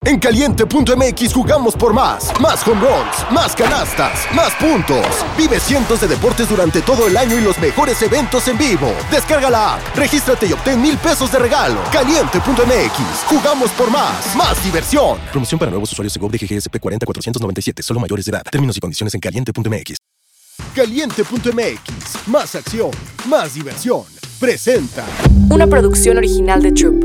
En Caliente.mx jugamos por más. Más home runs, más canastas, más puntos. Vive cientos de deportes durante todo el año y los mejores eventos en vivo. Descarga la app, regístrate y obtén $1,000 de regalo. Caliente.mx, jugamos por más. Más diversión. Promoción para nuevos usuarios de GOV de GGSP 40497, solo mayores de edad. Términos y condiciones en Caliente.mx. Caliente.mx, más acción, más diversión. Presenta una producción original de Troop.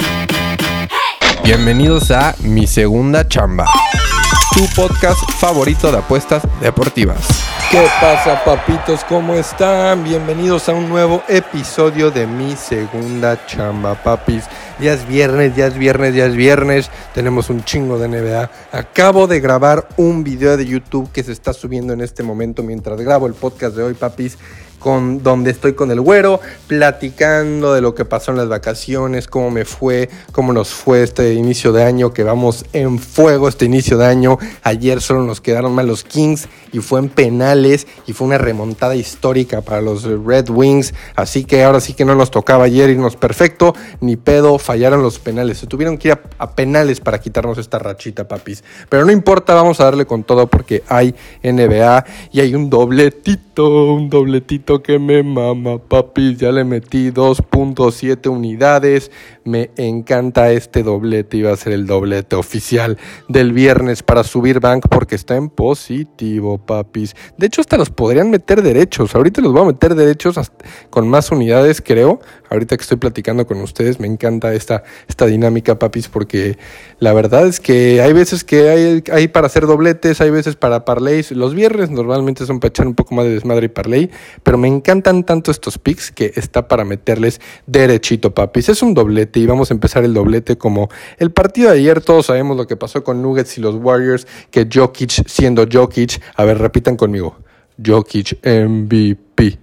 Bienvenidos a Mi Segunda Chamba, tu podcast favorito de apuestas deportivas. ¿Qué pasa, papitos? ¿Cómo están? Bienvenidos a un nuevo episodio de Mi Segunda Chamba, papis. Ya es viernes. Tenemos un chingo de NBA. Acabo de grabar un video de YouTube que se está subiendo en este momento mientras grabo el podcast de hoy, papis. Donde estoy con el güero, platicando de lo que pasó en las vacaciones, cómo me fue, cómo nos fue este inicio de año, que vamos en fuego este inicio de año. Ayer solo nos quedaron mal los Kings y fue en penales y fue una remontada histórica para los Red Wings, así que ahora sí que no nos tocaba ayer irnos perfecto, ni pedo, fallaron los penales, se tuvieron que ir a penales para quitarnos esta rachita, papis, pero no importa, vamos a darle con todo porque hay NBA y hay un dobletito que me mama, papis. Ya le metí 2.7 unidades. Me encanta este doblete. Iba a ser el doblete oficial del viernes para subir bank porque está en positivo, papis. De hecho, hasta los podrían meter derechos. Ahorita los voy a meter derechos con más unidades, creo. Ahorita que estoy platicando con ustedes, me encanta esta dinámica, papis, porque la verdad es que hay veces que hay para hacer dobletes, hay veces para parlays. Los viernes normalmente son para echar un poco más de desmadre y parlay, pero me encantan tanto estos picks que está para meterles derechito, papis. Es un doblete y vamos a empezar el doblete como el partido de ayer. Todos sabemos lo que pasó con Nuggets y los Warriors, que Jokic siendo Jokic, a ver, repitan conmigo, Jokic MVP.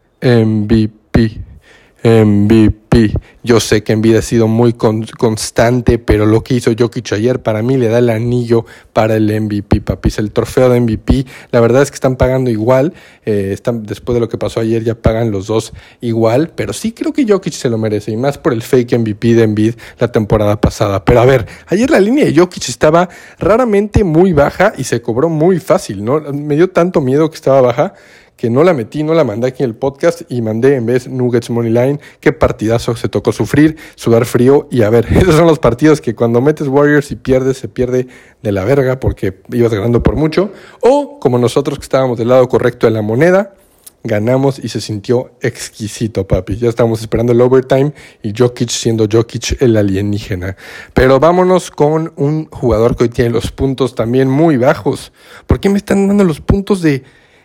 Yo sé que Embiid ha sido muy constante, pero lo que hizo Jokic ayer para mí le da el anillo para el MVP, papis. El trofeo de MVP, la verdad es que están pagando igual, después de lo que pasó ayer ya pagan los dos igual, pero sí creo que Jokic se lo merece, y más por el fake MVP de Embiid la temporada pasada. Pero a ver, ayer la línea de Jokic estaba raramente muy baja y se cobró muy fácil, ¿no? Me dio tanto miedo que estaba baja que no la metí, no la mandé aquí en el podcast y mandé en vez Nuggets Moneyline. Qué partidazo, se tocó sufrir, sudar frío y a ver, esos son los partidos que cuando metes Warriors y pierdes, se pierde de la verga porque ibas ganando por mucho, o como nosotros que estábamos del lado correcto de la moneda, ganamos y se sintió exquisito, papi. Ya estamos esperando el overtime y Jokic siendo Jokic el alienígena. Pero vámonos con un jugador que hoy tiene los puntos también muy bajos. ¿Por qué me están dando los puntos de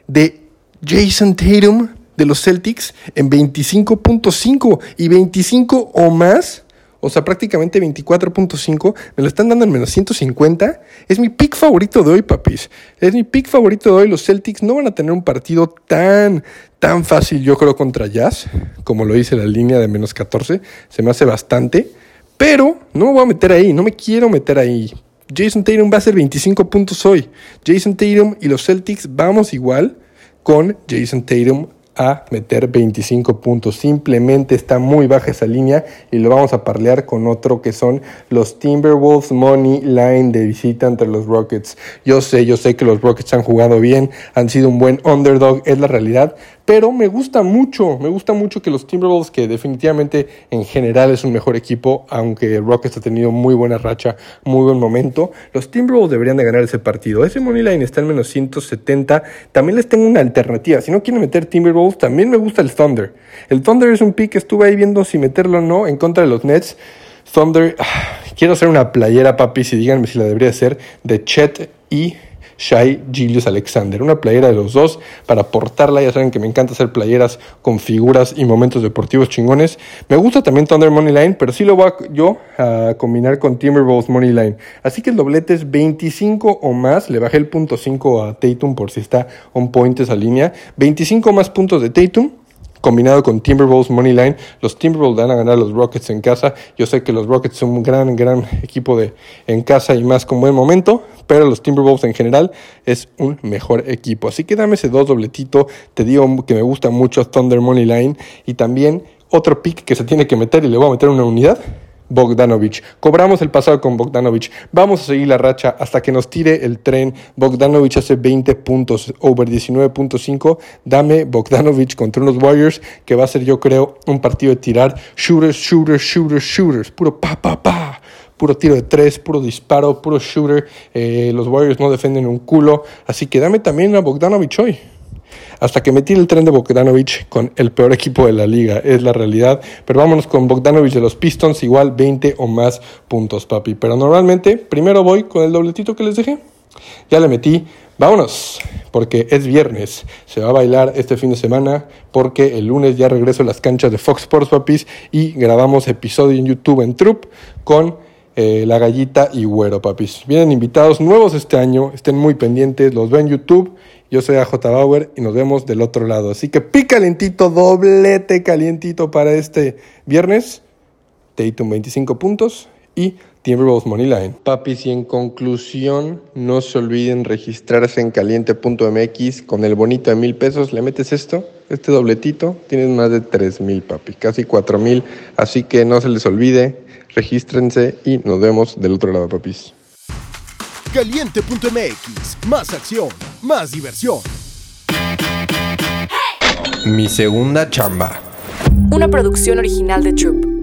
Jason Tatum de los Celtics en 25.5 y 25 o más? O sea, prácticamente 24.5. Me lo están dando en menos 150. Es mi pick favorito de hoy, papis. Es mi pick favorito de hoy. Los Celtics no van a tener un partido tan fácil, yo creo, contra Jazz, como lo dice la línea de menos 14. Se me hace bastante. Pero no me voy a meter ahí. No me quiero meter ahí. Jason Tatum va a hacer 25 puntos hoy. Jason Tatum y los Celtics vamos igual con Jason Tatum a meter 25 puntos. Simplemente está muy baja esa línea y lo vamos a parlear con otro que son los Timberwolves Money Line de visita entre los Rockets. Yo sé que los Rockets han jugado bien, han sido un buen underdog, es la realidad, pero me gusta mucho que los Timberwolves, que definitivamente en general es un mejor equipo, aunque Rockets ha tenido muy buena racha, muy buen momento, los Timberwolves deberían de ganar ese partido. Ese money line está en menos 170. También les tengo una alternativa. Si no quieren meter Timberwolves, también me gusta el Thunder. El Thunder es un pick que estuve ahí viendo si meterlo o no en contra de los Nets. Thunder, quiero hacer una playera, papis, y díganme si la debería hacer, de Chet y Shai Gilgeous-Alexander, una playera de los dos para portarla. Ya saben que me encanta hacer playeras con figuras y momentos deportivos chingones. Me gusta también Thunder Moneyline, pero sí lo voy a combinar con Timberwolves Moneyline. Así que el doblete es 25 o más. Le bajé el 0.5 a Tatum por si está on point esa línea. 25 más puntos de Tatum combinado con Timberwolves Moneyline. Los Timberwolves van a ganar a los Rockets en casa. Yo sé que los Rockets son un gran equipo en casa y más con buen momento, pero los Timberwolves en general es un mejor equipo. Así que dame ese dos dobletito. Te digo que me gusta mucho Thunder Moneyline y también otro pick que se tiene que meter y le voy a meter una unidad. Bogdanovic. Cobramos el pasado con Bogdanovic. Vamos a seguir la racha hasta que nos tire el tren. Bogdanovic hace 20 puntos, over 19.5. Dame Bogdanovic contra unos Warriors, que va a ser, yo creo, un partido de tirar shooters. Puro pa. Puro tiro de 3, puro disparo, puro shooter. Los Warriors no defienden un culo. Así que dame también a Bogdanovic hoy. Hasta que me tire el tren de Bogdanovic con el peor equipo de la liga, es la realidad. Pero vámonos con Bogdanovic de los Pistons, igual 20 o más puntos, papi. Pero normalmente, primero voy con el dobletito que les dejé. Ya le metí, vámonos, porque es viernes. Se va a bailar este fin de semana, porque el lunes ya regreso a las canchas de Fox Sports, papis. Y grabamos episodio en YouTube en Troop con La Gallita y Güero, papis. Vienen invitados nuevos este año, estén muy pendientes, los veo en YouTube. Yo soy AJ Bauer y nos vemos del otro lado. Así que pica calentito, doblete calientito para este viernes. Tatum 25 puntos y Timberwolves Moneyline. Papis, y en conclusión, no se olviden registrarse en caliente.mx con el bonito de $1,000. Le metes este dobletito, tienes más de 3,000, papi, casi 4,000. Así que no se les olvide, regístrense y nos vemos del otro lado, papis. Caliente.mx, más acción, más diversión. Mi segunda chamba. Una producción original de Troop.